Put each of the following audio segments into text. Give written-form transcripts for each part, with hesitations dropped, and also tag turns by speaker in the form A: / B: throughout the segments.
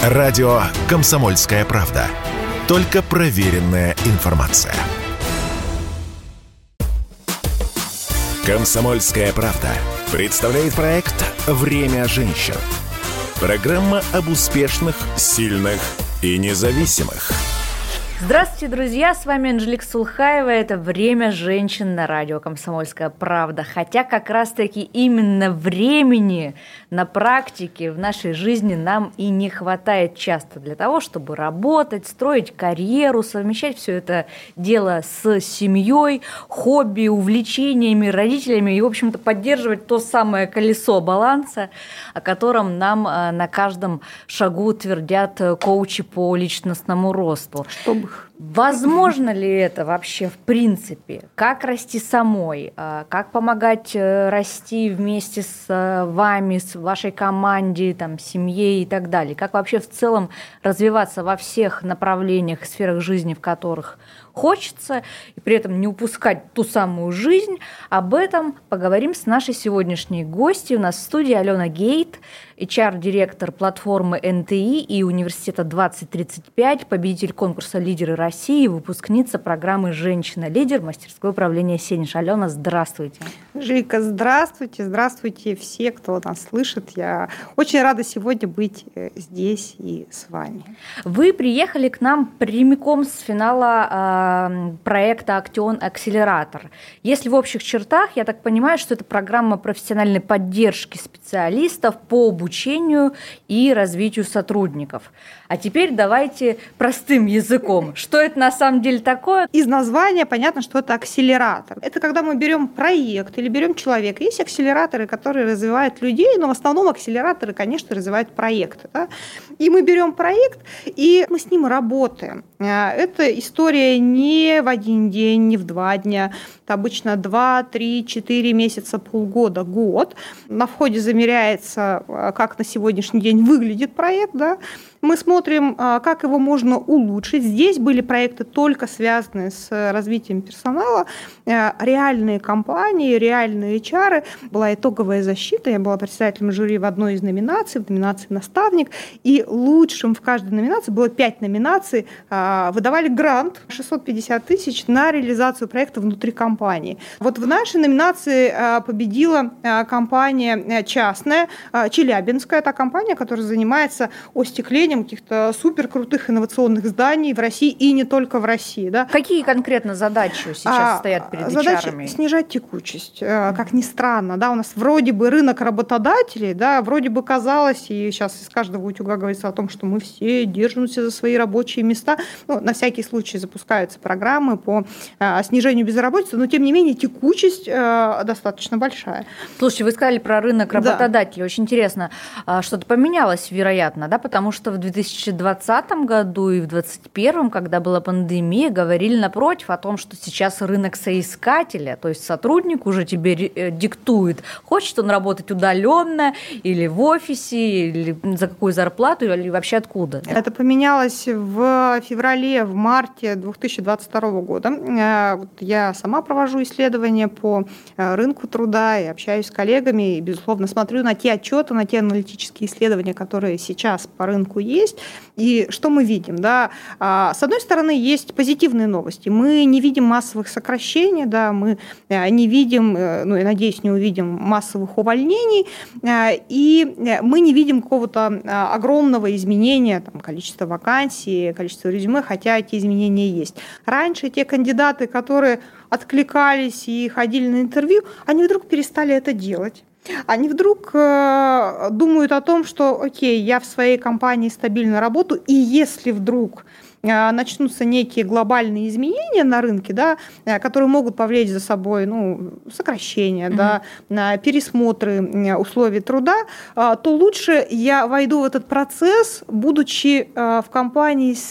A: Радио «Комсомольская правда». Только проверенная информация. «Комсомольская правда» представляет проект «Время женщин». Программа об успешных, сильных и независимых.
B: Здравствуйте, друзья! С вами Анжелика Сулхаева. Это «Время женщин» на радио «Комсомольская правда». Хотя как раз-таки именно времени на практике в нашей жизни нам и не хватает часто для того, чтобы работать, строить карьеру, совмещать все это дело с семьей, хобби, увлечениями, родителями и, в общем-то, поддерживать то самое колесо баланса, о котором нам на каждом шагу твердят коучи по личностному росту. Возможно ли это вообще в принципе? Как расти самой? Как помогать расти вместе с вами, с вашей командой, там, семьей и так далее? Как вообще в целом развиваться во всех направлениях, сферах жизни, в которых хочется, и при этом не упускать ту самую жизнь? Об этом поговорим с нашей сегодняшней гостьей. У нас в студии Алена Гейт, HR-директор платформы НТИ и университета 2035, победитель конкурса «Лидеры России», выпускница программы «Женщина-лидер», мастерское управление «Сенеж». Алена, здравствуйте.
C: Жилька, здравствуйте. Здравствуйте все, кто нас слышит. Я очень рада сегодня быть здесь и с вами.
B: Вы приехали к нам прямиком с финала проекта «Актион Акселератор». Если в общих чертах, я так понимаю, что это программа профессиональной поддержки специалистов по обучению и развитию сотрудников. А теперь давайте простым языком. Что это на самом деле такое?
C: Из названия понятно, что это акселератор. Это когда мы берем проект или берем человека. Есть акселераторы, которые развивают людей, но в основном акселераторы, конечно, развивают проекты. Да? И мы берем проект, и мы с ним работаем. Это история не в один день, не в 2 дня. Это обычно 2, 3, 4 месяца, полгода, год. На входе замеряется, как на сегодняшний день выглядит проект. Да? Мы смотрим, как его можно улучшить. Здесь были проекты только связанные с развитием персонала. Реальные компании, реальные HR. Была итоговая защита. Я была председателем жюри в одной из номинаций, в номинации «Наставник». И лучшим в каждой номинации было 5 номинаций. Выдавали грант 650 тысяч на реализацию проекта внутри компании. Вот в нашей номинации победила компания частная, Челябинская. Это компания, которая занимается остеклением каких-то суперкрутых инновационных зданий в России и не только в России. Да.
B: Какие конкретно задачи сейчас стоят перед HR-ами?
C: Задача снижать текучесть, как ни странно. Да, у нас вроде бы рынок работодателей, да, вроде бы казалось, и сейчас из каждого утюга говорится о том, что мы все держимся за свои рабочие места. Ну, на всякий случай запускаются программы по снижению безработицы, но тем не менее текучесть достаточно большая.
B: Слушайте, вы сказали про рынок работодателей. Да. Очень интересно, что-то поменялось, вероятно, да, потому что в 2020 году и в 2021, когда была пандемия, говорили напротив о том, что сейчас рынок соискателя, то есть сотрудник уже тебе диктует, хочет он работать удаленно или в офисе, или за какую зарплату, или вообще откуда.
C: Это поменялось в феврале, в марте 2022 года. Я сама провожу исследования по рынку труда и общаюсь с коллегами, и, безусловно, смотрю на те отчеты, на те аналитические исследования, которые сейчас по рынку есть. И что мы видим? Да? С одной стороны, есть позитивные новости. Мы не видим массовых сокращений, да? Мы не видим, ну, я надеюсь, не увидим массовых увольнений, и мы не видим какого-то огромного изменения, там, количества вакансий, количества резюме, хотя эти изменения есть. Раньше те кандидаты, которые откликались и ходили на интервью, они вдруг перестали это делать. Они вдруг думают о том, что, окей, я в своей компании стабильно работаю, и если вдруг начнутся некие глобальные изменения на рынке, да, которые могут повлечь за собой сокращения, да, пересмотры условий труда, то лучше я войду в этот процесс, будучи в компании с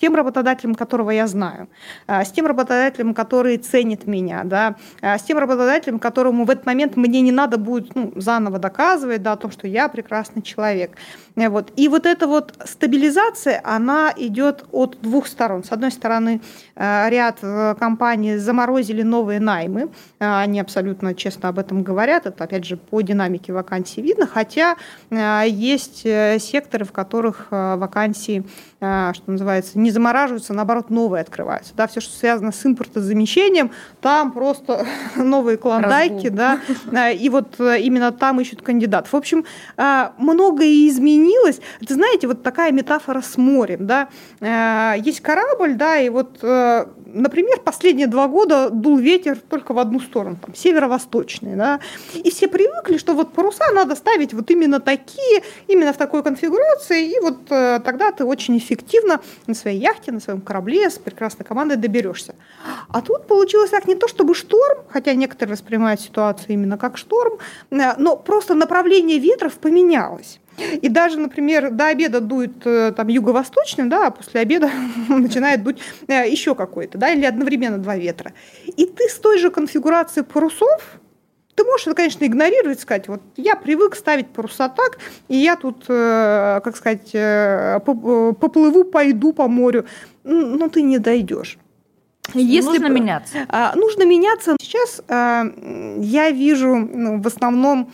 C: тем работодателем, которого я знаю, с тем работодателем, который ценит меня, да, с тем работодателем, которому в этот момент мне не надо будет заново доказывать, да, о том, что я прекрасный человек. Вот. И вот эта вот стабилизация, она идет от двух сторон. С одной стороны, ряд компаний заморозили новые наймы, они абсолютно честно об этом говорят, это, опять же, по динамике вакансий видно, хотя есть секторы, в которых вакансии, что называется, не замораживаются, наоборот, новые открываются. Да, все, что связано с импортозамещением, там просто новые клондайки, да, и вот именно там ищут кандидатов. В общем, многое изменилось. Это, знаете, вот такая метафора с морем, да. Есть корабль, да, и вот, например, последние 2 года дул ветер только в одну сторону, там, северо-восточный, да, и все привыкли, что вот паруса надо ставить вот именно такие, именно в такой конфигурации, и вот тогда ты очень эффективно на своей яхте, на своем корабле с прекрасной командой доберешься. А тут получилось так, не то чтобы шторм, хотя некоторые воспринимают ситуацию именно как шторм, но просто направление ветров поменялось. И даже, например, до обеда дует там юго-восточный, да, а после обеда начинает дуть еще какой-то, да, или одновременно 2 ветра. И ты с той же конфигурацией парусов, ты можешь это, конечно, игнорировать, сказать, вот я привык ставить паруса так, и я тут, как сказать, поплыву, пойду по морю, но ты не дойдешь.
B: Нужно меняться.
C: Нужно меняться. Сейчас я вижу в основном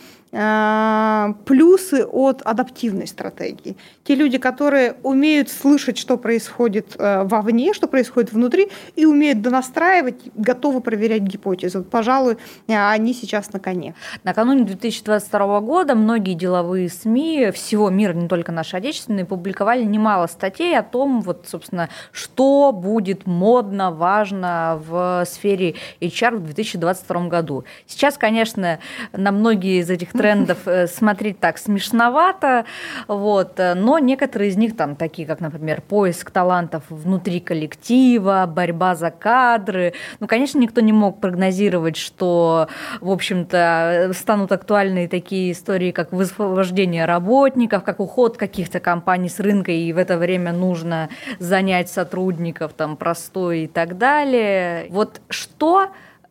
C: плюсы от адаптивной стратегии. Те люди, которые умеют слышать, что происходит вовне, что происходит внутри, и умеют донастраивать, готовы проверять гипотезы. Вот, пожалуй, они сейчас на коне.
B: Накануне 2022 года многие деловые СМИ всего мира, не только наши отечественные, публиковали немало статей о том, вот, собственно, что будет модно, важно в сфере HR в 2022 году. Сейчас, конечно, на многие из этих трендов смотреть так смешновато, вот, но некоторые из них, там, такие как, например, поиск талантов внутри коллектива, борьба за кадры. Ну, конечно, никто не мог прогнозировать, что, в общем-то, станут актуальны такие истории, как высвобождение работников, как уход каких-то компаний с рынка, и в это время нужно занять сотрудников, там, простой и так далее. Вот что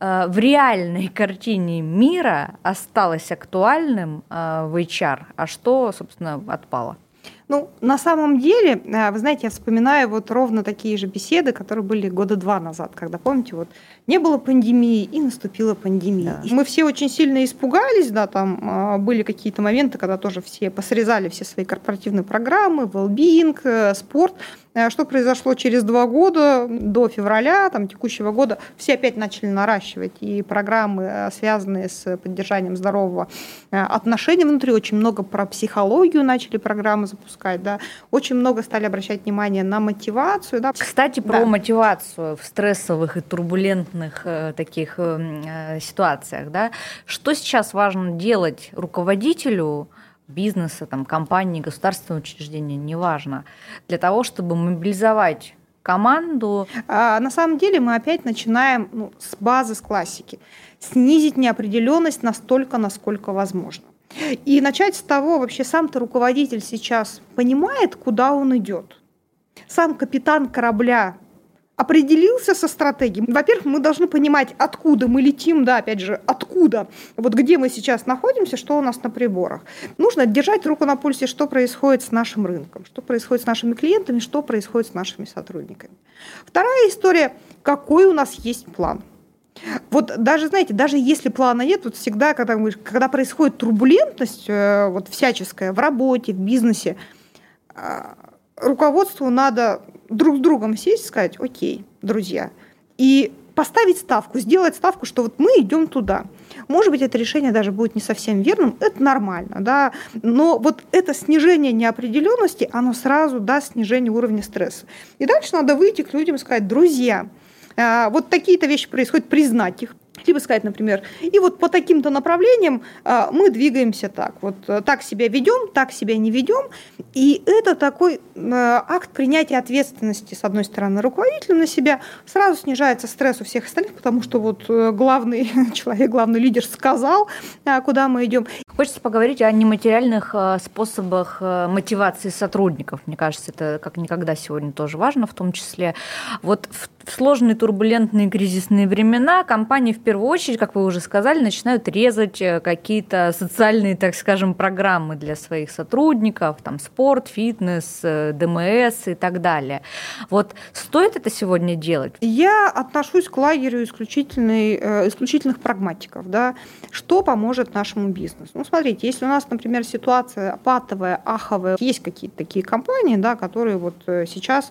B: в реальной картине мира осталось актуальным в HR, а что, собственно, отпало?
C: Ну, на самом деле, вы знаете, я вспоминаю вот ровно такие же беседы, которые были 2 года назад, когда, помните, вот не было пандемии и наступила пандемия. Да. Мы все очень сильно испугались, да, там были какие-то моменты, когда тоже все посрезали все свои корпоративные программы, well-being, спорт. Что произошло через 2 года, до февраля там, текущего года, все опять начали наращивать. И программы, связанные с поддержанием здорового отношения внутри, очень много про психологию начали программы запускать, да. Очень много стали обращать внимание на мотивацию. Да.
B: Кстати, про мотивацию в стрессовых и турбулентных таких ситуациях. Да. Что сейчас важно делать руководителю бизнеса, там, компании, государственного учреждения, неважно, для того, чтобы мобилизовать команду?
C: На самом деле мы опять начинаем с базы, с классики. Снизить неопределенность настолько, насколько возможно. И начать с того, вообще сам-то руководитель сейчас понимает, куда он идет. Сам капитан корабля определился со стратегией. Во-первых, мы должны понимать, откуда мы летим, да, опять же, откуда, вот где мы сейчас находимся, что у нас на приборах. Нужно держать руку на пульсе, что происходит с нашим рынком, что происходит с нашими клиентами, что происходит с нашими сотрудниками. Вторая история, какой у нас есть план. Вот даже, знаете, даже если плана нет, вот всегда, когда происходит турбулентность вот всяческая в работе, в бизнесе, руководству надо друг с другом сесть и сказать: окей, друзья, и поставить ставку, сделать ставку, что вот мы идем туда. Может быть, это решение даже будет не совсем верным, это нормально, да, но вот это снижение неопределенности, оно сразу даст снижение уровня стресса. И дальше надо выйти к людям и сказать: друзья, вот такие-то вещи происходят, признать их, Либо сказать, например, и вот по таким-то направлениям мы двигаемся так. Вот так себя ведем, так себя не ведем. И это такой акт принятия ответственности, с одной стороны, руководителя на себя. Сразу снижается стресс у всех остальных, потому что вот главный человек, главный лидер сказал, куда мы идем.
B: Хочется поговорить о нематериальных способах мотивации сотрудников. Мне кажется, это как никогда сегодня тоже важно, в том числе. Вот в сложные, турбулентные, кризисные времена компании в первую очередь, как вы уже сказали, начинают резать какие-то социальные, так скажем, программы для своих сотрудников, там спорт, фитнес, ДМС и так далее. Вот стоит это сегодня делать?
C: Я отношусь к лагерю исключительных прагматиков. Да? Что поможет нашему бизнесу? Ну, смотрите, если у нас, например, ситуация патовая, аховая, есть какие-то такие компании, да, которые вот сейчас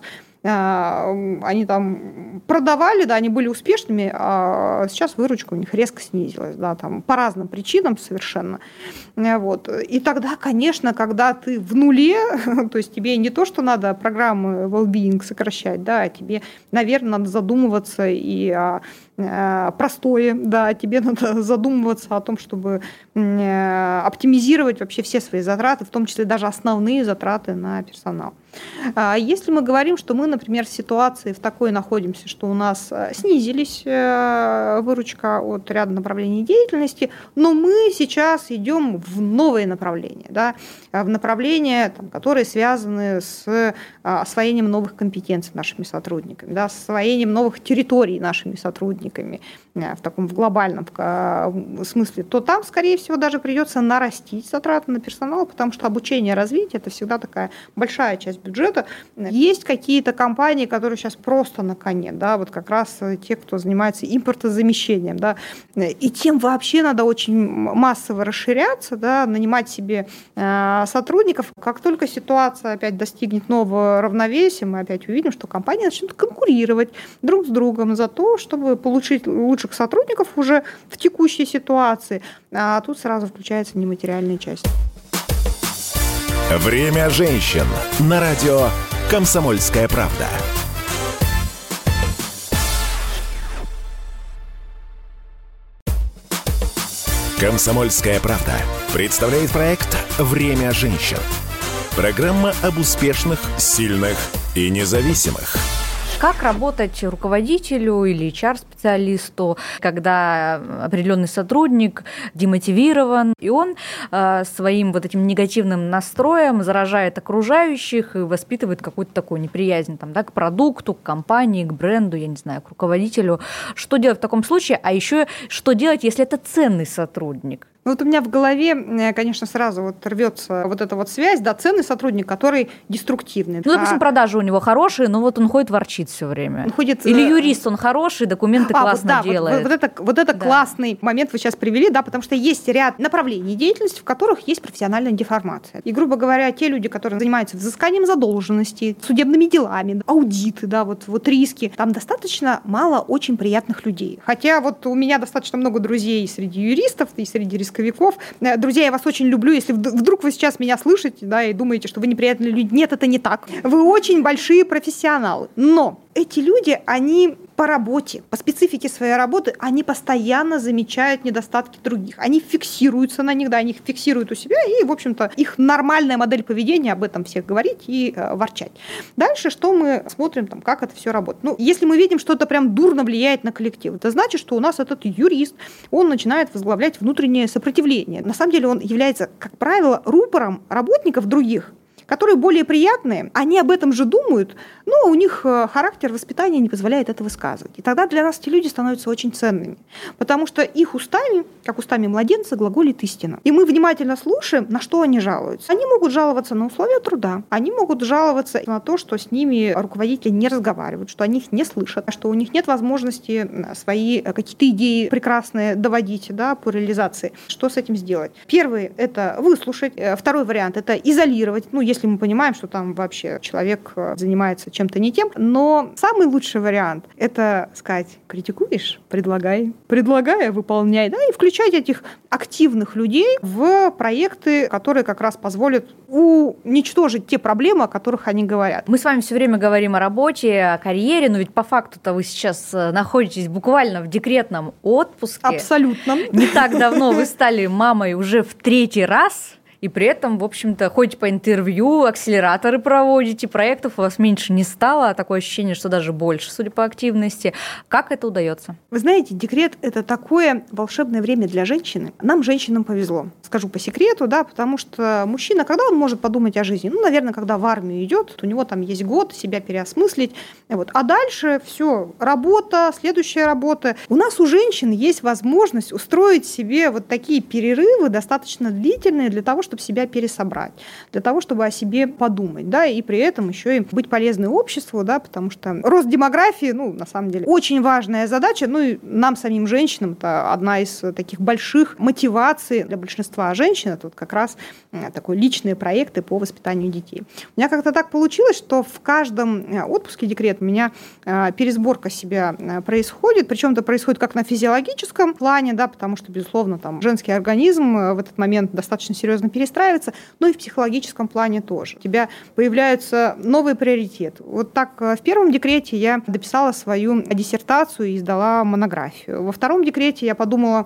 C: они там продавали, да, они были успешными, а сейчас выручка у них резко снизилась, да, там по разным причинам совершенно. Вот. И тогда, конечно, когда ты в нуле, то есть тебе не то, что надо программы well-being сокращать, да, а тебе, наверное, надо задумываться и о простое, да, тебе надо задумываться о том, чтобы оптимизировать вообще все свои затраты, в том числе даже основные затраты на персонал. Если мы говорим, что мы, например, в ситуации в такой находимся, что у нас снизились выручка от ряда направлений деятельности, но мы сейчас идем в новые направления, да, в направления, там, которые связаны с освоением новых компетенций нашими сотрудниками, да, с освоением новых территорий нашими сотрудниками в глобальном смысле, то там, скорее всего, даже придется нарастить затраты на персонал, потому что обучение и развитие – это всегда такая большая часть бюджета. Есть какие-то компании, которые сейчас просто на коне, да, вот как раз те, кто занимается импортозамещением, да, и тем вообще надо очень массово расширяться, да, нанимать себе сотрудников. Как только ситуация опять достигнет нового равновесия, мы опять увидим, что компании начнут конкурировать друг с другом за то, чтобы получить лучших сотрудников уже в текущей ситуации. А тут сразу включается нематериальная часть.
A: Время женщин на радио «Комсомольская правда». «Комсомольская правда» представляет проект «Время женщин». Программа об успешных, сильных и независимых.
B: Как работать руководителю или HR-специалисту, когда определенный сотрудник демотивирован, и он своим вот этим негативным настроем заражает окружающих и воспитывает какую-то такую неприязнь там, да, к продукту, к компании, к бренду, я не знаю, к руководителю. Что делать в таком случае? А еще что делать, если это ценный сотрудник?
C: Вот у меня в голове, конечно, сразу вот рвется вот эта вот связь, да, ценный сотрудник, который деструктивный.
B: Ну, допустим, продажи у него хорошие, но вот он ходит, ворчит все время. Или юрист, он хороший, документы классно делает.
C: Вот это классный момент вы сейчас привели, да, потому что есть ряд направлений деятельности, в которых есть профессиональная деформация. И, грубо говоря, те люди, которые занимаются взысканием задолженностей, судебными делами, аудиты, да, вот риски, там достаточно мало очень приятных людей. Хотя вот у меня достаточно много друзей среди юристов и среди рисковиков. Друзья, я вас очень люблю. Если вдруг вы сейчас меня слышите, да, и думаете, что вы неприятные люди, нет, это не так. Вы очень большие профессионалы. Но эти люди, они по работе, по специфике своей работы, они постоянно замечают недостатки других. Они фиксируются на них, да, они их фиксируют у себя, и, в общем-то, их нормальная модель поведения об этом всех говорить и ворчать. Дальше что мы смотрим, там, как это все работает? Ну, если мы видим, что это прям дурно влияет на коллектив, это значит, что у нас этот юрист, он начинает возглавлять внутреннее сопротивление. На самом деле он является, как правило, рупором работников других, которые более приятные, они об этом же думают, но у них характер воспитания не позволяет это высказывать. И тогда для нас эти люди становятся очень ценными, потому что их устами, как устами младенца, глаголит истина. И мы внимательно слушаем, на что они жалуются. Они могут жаловаться на условия труда, они могут жаловаться на то, что с ними руководители не разговаривают, что они их не слышат, что у них нет возможности свои какие-то идеи прекрасные доводить, да, по реализации. Что с этим сделать? Первый – это выслушать. Второй вариант – это изолировать. Ну, если если мы понимаем, что там вообще человек занимается чем-то не тем. Но самый лучший вариант – это сказать: критикуешь, предлагай, предлагай, выполняй, да, и включать этих активных людей в проекты, которые как раз позволят уничтожить те проблемы, о которых они говорят.
B: Мы с вами все время говорим о работе, о карьере, но ведь по факту-то вы сейчас находитесь буквально в декретном отпуске.
C: Абсолютно.
B: Не так давно вы стали мамой уже в 3-й раз. И при этом, в общем-то, ходите по интервью, акселераторы проводите, проектов у вас меньше не стало, а такое ощущение, что даже больше, судя по активности. Как это удается?
C: Вы знаете, декрет – это такое волшебное время для женщины. Нам, женщинам, повезло. Скажу по секрету, да, потому что мужчина, когда он может подумать о жизни? Ну, наверное, когда в армию идет, у него там есть год себя переосмыслить. Вот. А дальше все, работа, следующая работа. У нас, у женщин, есть возможность устроить себе вот такие перерывы достаточно длительные для того, чтобы себя пересобрать, для того, чтобы о себе подумать, да, и при этом еще и быть полезной обществу, да, потому что рост демографии, ну, на самом деле, очень важная задача, ну, и нам, самим женщинам, это одна из таких больших мотиваций для большинства женщин, это вот как раз такой личные проекты по воспитанию детей. У меня как-то так получилось, что в каждом отпуске декрет у меня пересборка себя происходит, причем это происходит как на физиологическом плане, да, потому что, безусловно, там женский организм в этот момент достаточно серьезно перестраивается, но и в психологическом плане тоже. У тебя появляются новые приоритеты. Вот так в первом декрете я дописала свою диссертацию и издала монографию. Во втором декрете я подумала: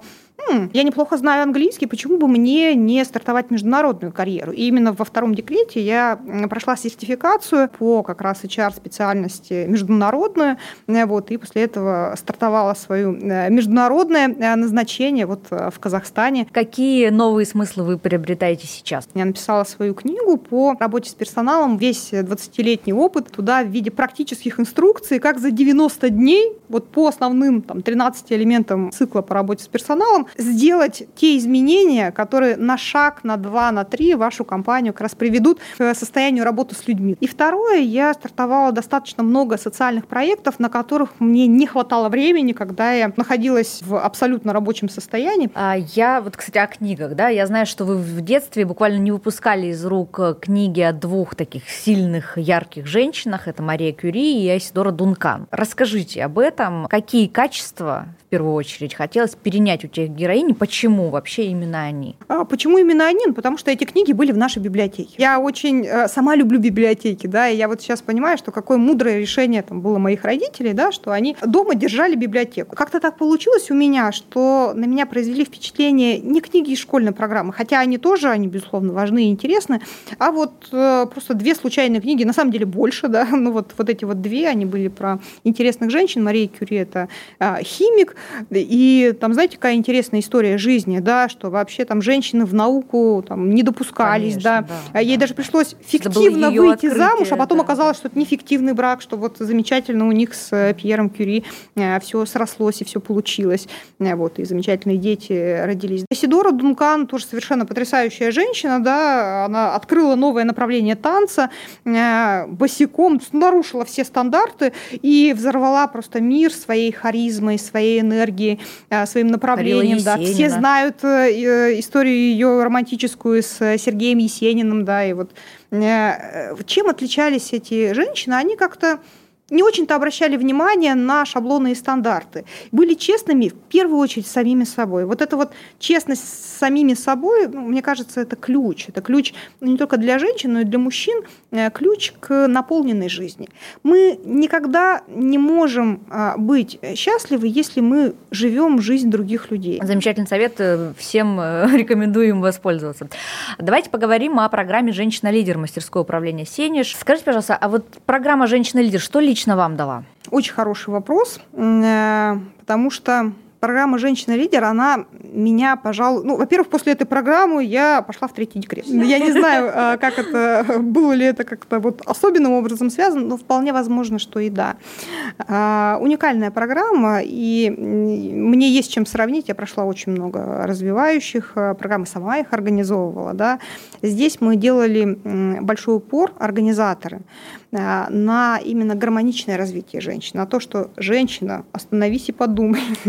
C: я неплохо знаю английский, почему бы мне не стартовать международную карьеру? И именно во втором декрете я прошла сертификацию по как раз HR-специальности международную, вот, и после этого стартовала свое международное назначение вот в Казахстане.
B: Какие новые смыслы вы приобретаете сейчас?
C: Я написала свою книгу по работе с персоналом, весь 20-летний опыт туда в виде практических инструкций, как за 90 дней вот по основным там, 13 элементам цикла по работе с персоналом сделать те изменения, которые на шаг, на 2, на 3 вашу компанию как раз приведут к состоянию работы с людьми. И второе, я стартовала достаточно много социальных проектов, на которых мне не хватало времени, когда я находилась в абсолютно рабочем состоянии.
B: Я вот, кстати, о книгах, да, я знаю, что вы в детстве буквально не выпускали из рук книги о 2 таких сильных, ярких женщинах, это Мария Кюри и Айседора Дункан. Расскажите об этом, какие качества в первую очередь хотелось перенять у тех героинь, почему вообще именно они?
C: Почему именно они? Ну, потому что эти книги были в нашей библиотеке. Я очень сама люблю библиотеки, да, и я вот сейчас понимаю, что какое мудрое решение там было моих родителей, да, что они дома держали библиотеку. Как-то так получилось у меня, что на меня произвели впечатление не книги из школьной программы, хотя они тоже, они, безусловно, важны и интересны, а вот просто 2 случайные книги, на самом деле больше, да, ну вот эти вот 2, они были про интересных женщин. Мария Кюри – это химик, и там, знаете, какая интересная история жизни, да, что вообще там женщины в науку там не допускались, конечно, да. Ей даже пришлось фиктивно выйти замуж, а потом оказалось, что это не фиктивный брак, что вот замечательно у них с Пьером Кюри все срослось и все получилось, вот, и замечательные дети родились. Айседора Дункан тоже совершенно потрясающая женщина, да, она открыла новое направление танца, босиком нарушила все стандарты и взорвала просто мир своей харизмой, своей энергией, своим направлением. Да. Все знают историю ее романтическую с Сергеем Есениным, да, и вот чем отличались эти женщины? Они как-то не очень-то обращали внимание на шаблоны и стандарты. Были честными, в первую очередь, с самими собой. Вот эта вот честность с самими собой, ну, мне кажется, это ключ. Это ключ не только для женщин, но и для мужчин, ключ к наполненной жизни. Мы никогда не можем быть счастливы, если мы живем жизнь других людей.
B: Замечательный совет, всем рекомендуем воспользоваться. Давайте поговорим о программе «Женщина-лидер» мастерского управления «Сенеж». Скажите, пожалуйста, а вот программа «Женщина-лидер» что лично вам дала?
C: Очень хороший вопрос, потому что программа «Женщина-лидер», она меня, пожалуй... Ну, во-первых, после этой программы я пошла в 3-й декрет. Я не знаю, как это... Было ли это как-то вот особенным образом связано, но вполне возможно, что и да. Уникальная программа, и мне есть чем сравнить. Я прошла очень много развивающих программ, сама их организовывала. Да. Здесь мы делали большой упор, организаторы, на именно гармоничное развитие женщин, на то, что женщина, остановись и подумай.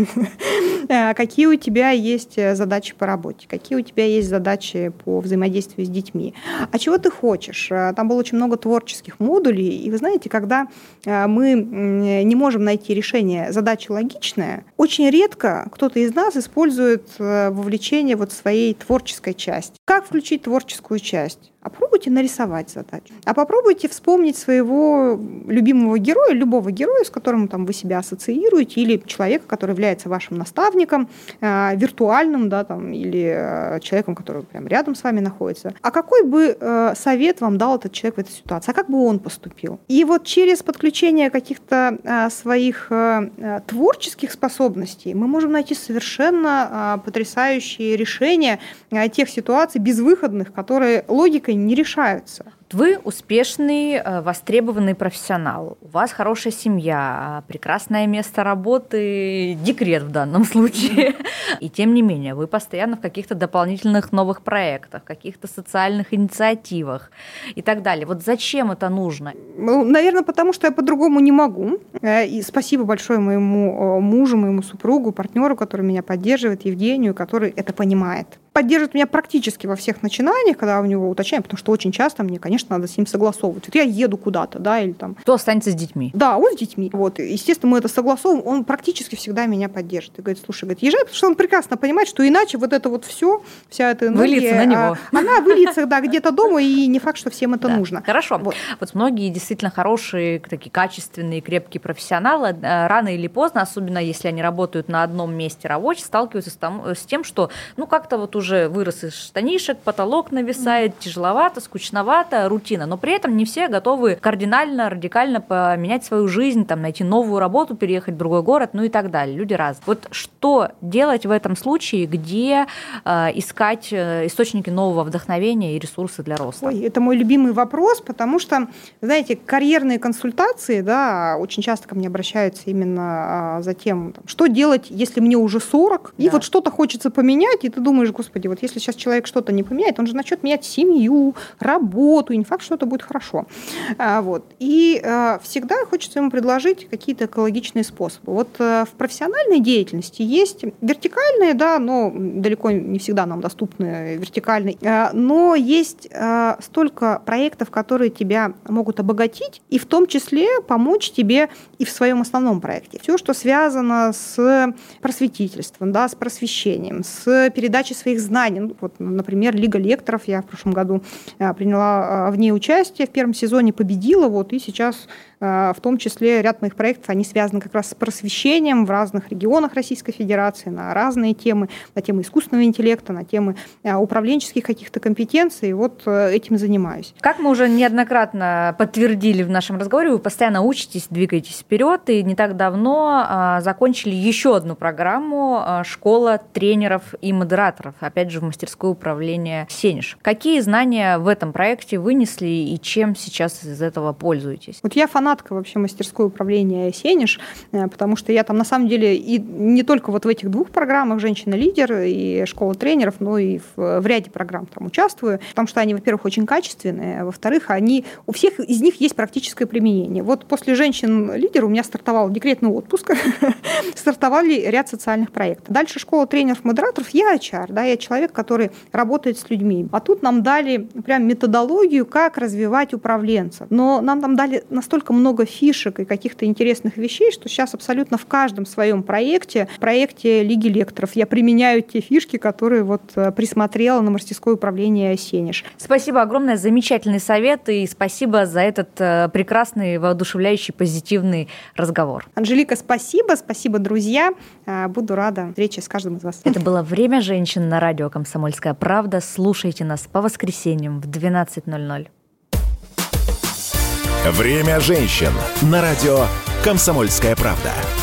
C: какие у тебя есть задачи по работе, какие у тебя есть задачи по взаимодействию с детьми, а чего ты хочешь. Там было очень много творческих модулей, и вы знаете, когда мы не можем найти решение задачи логичное, очень редко кто-то из нас использует вовлечение вот своей творческой части. Как включить творческую часть? А попробуйте нарисовать задачу. А попробуйте вспомнить своего любимого героя, любого героя, с которым там, вы себя ассоциируете, или человека, который является вашим наставником, виртуальным, да, там, или человеком, который прям рядом с вами находится. А какой бы совет вам дал этот человек в этой ситуации? А как бы он поступил? И вот через подключение каких-то своих творческих способностей мы можем найти совершенно потрясающие решения тех ситуаций безвыходных, которые логикой не решаются.
B: Вы успешный, востребованный профессионал, у вас хорошая семья, прекрасное место работы, декрет в данном случае. И тем не менее, вы постоянно в каких-то дополнительных новых проектах, каких-то социальных инициативах и так далее. Вот зачем это нужно?
C: Ну, наверное, потому что я по-другому не могу. И спасибо большое моему мужу, моему супругу, партнеру, который меня поддерживает, Евгению, который это понимает. Поддерживает меня практически во всех начинаниях, когда у него уточняем, потому что очень часто мне, конечно, надо с ним согласовывать. Вот я еду куда-то, да, или там...
B: Кто останется с детьми?
C: Да, он с детьми. Вот. Естественно, мы это согласовываем, он практически всегда меня поддержит. И говорит, слушай, говорит, езжай, потому что он прекрасно понимает, что иначе вот это вот все, вся эта энергия...
B: Выльется на него.
C: Она выльется, да, где-то дома, и не факт, что всем это нужно.
B: Хорошо. Вот многие действительно хорошие, такие качественные, крепкие профессионалы рано или поздно, особенно если они работают на одном месте рабочем, сталкиваются с тем, что ну как-то вот уже вырос из штанишек, потолок нависает, тяжеловато, скучновато, рутина. Но при этом не все готовы кардинально, радикально поменять свою жизнь, там, найти новую работу, переехать в другой город, ну и так далее. Люди разные. Вот что делать в этом случае, где искать источники нового вдохновения и ресурсы для роста?
C: Ой, это мой любимый вопрос, потому что, знаете, карьерные консультации, да, очень часто ко мне обращаются именно за тем, что делать, если мне уже 40, и вот что-то хочется поменять, и ты думаешь, господи, вот если сейчас человек что-то не поменяет, он же начнет менять семью, работу, и не факт, что это будет хорошо. Вот. И всегда хочется ему предложить какие-то экологичные способы. Вот в профессиональной деятельности есть вертикальные, да, но далеко не всегда нам доступны вертикальные, но есть столько проектов, которые тебя могут обогатить, и в том числе помочь тебе и в своем основном проекте. Все, что связано с просветительством, да, с просвещением, с передачей своих знаний. Ну, вот, например, Лига лекторов, я в прошлом году приняла в ней участие, в первом сезоне победила, вот, и сейчас в том числе ряд моих проектов, они связаны как раз с просвещением в разных регионах Российской Федерации на разные темы, на темы искусственного интеллекта, на темы управленческих каких-то компетенций, вот этим занимаюсь.
B: Как мы уже неоднократно подтвердили в нашем разговоре, вы постоянно учитесь, двигаетесь вперед, и не так давно закончили еще одну программу «Школа тренеров и модераторов», опять же, в мастерской управления «Сенеж». Какие знания в этом проекте вынесли и чем сейчас из этого пользуетесь?
C: Вот я фанатка вообще мастерской управления «Сенеж», потому что я там на самом деле и не только вот в этих двух программах «Женщина-лидер» и «Школа тренеров», но и в ряде программ там участвую, потому что они, во-первых, очень качественные, а во-вторых, у всех из них есть практическое применение. Вот после «Женщин-лидер» у меня стартовал декретный отпуск, стартовали ряд социальных проектов. Дальше «Школа тренеров-модераторов», я HR, да, я человек, который работает с людьми. А тут нам дали прям методологию, как развивать управленцев. Но нам там дали настолько много фишек и каких-то интересных вещей, что сейчас абсолютно в каждом своем проекте Лиги лекторов, я применяю те фишки, которые вот присмотрела на мастерское управление «Сенеж».
B: Спасибо огромное, замечательный совет, и спасибо за этот прекрасный, воодушевляющий, позитивный разговор.
C: Анжелика, спасибо, друзья. Буду рада встрече с каждым из вас.
B: Это было «Время женщин» на радио «Комсомольская правда». Слушайте нас по воскресеньям в 12:00.
A: «Время женщин» на радио «Комсомольская правда».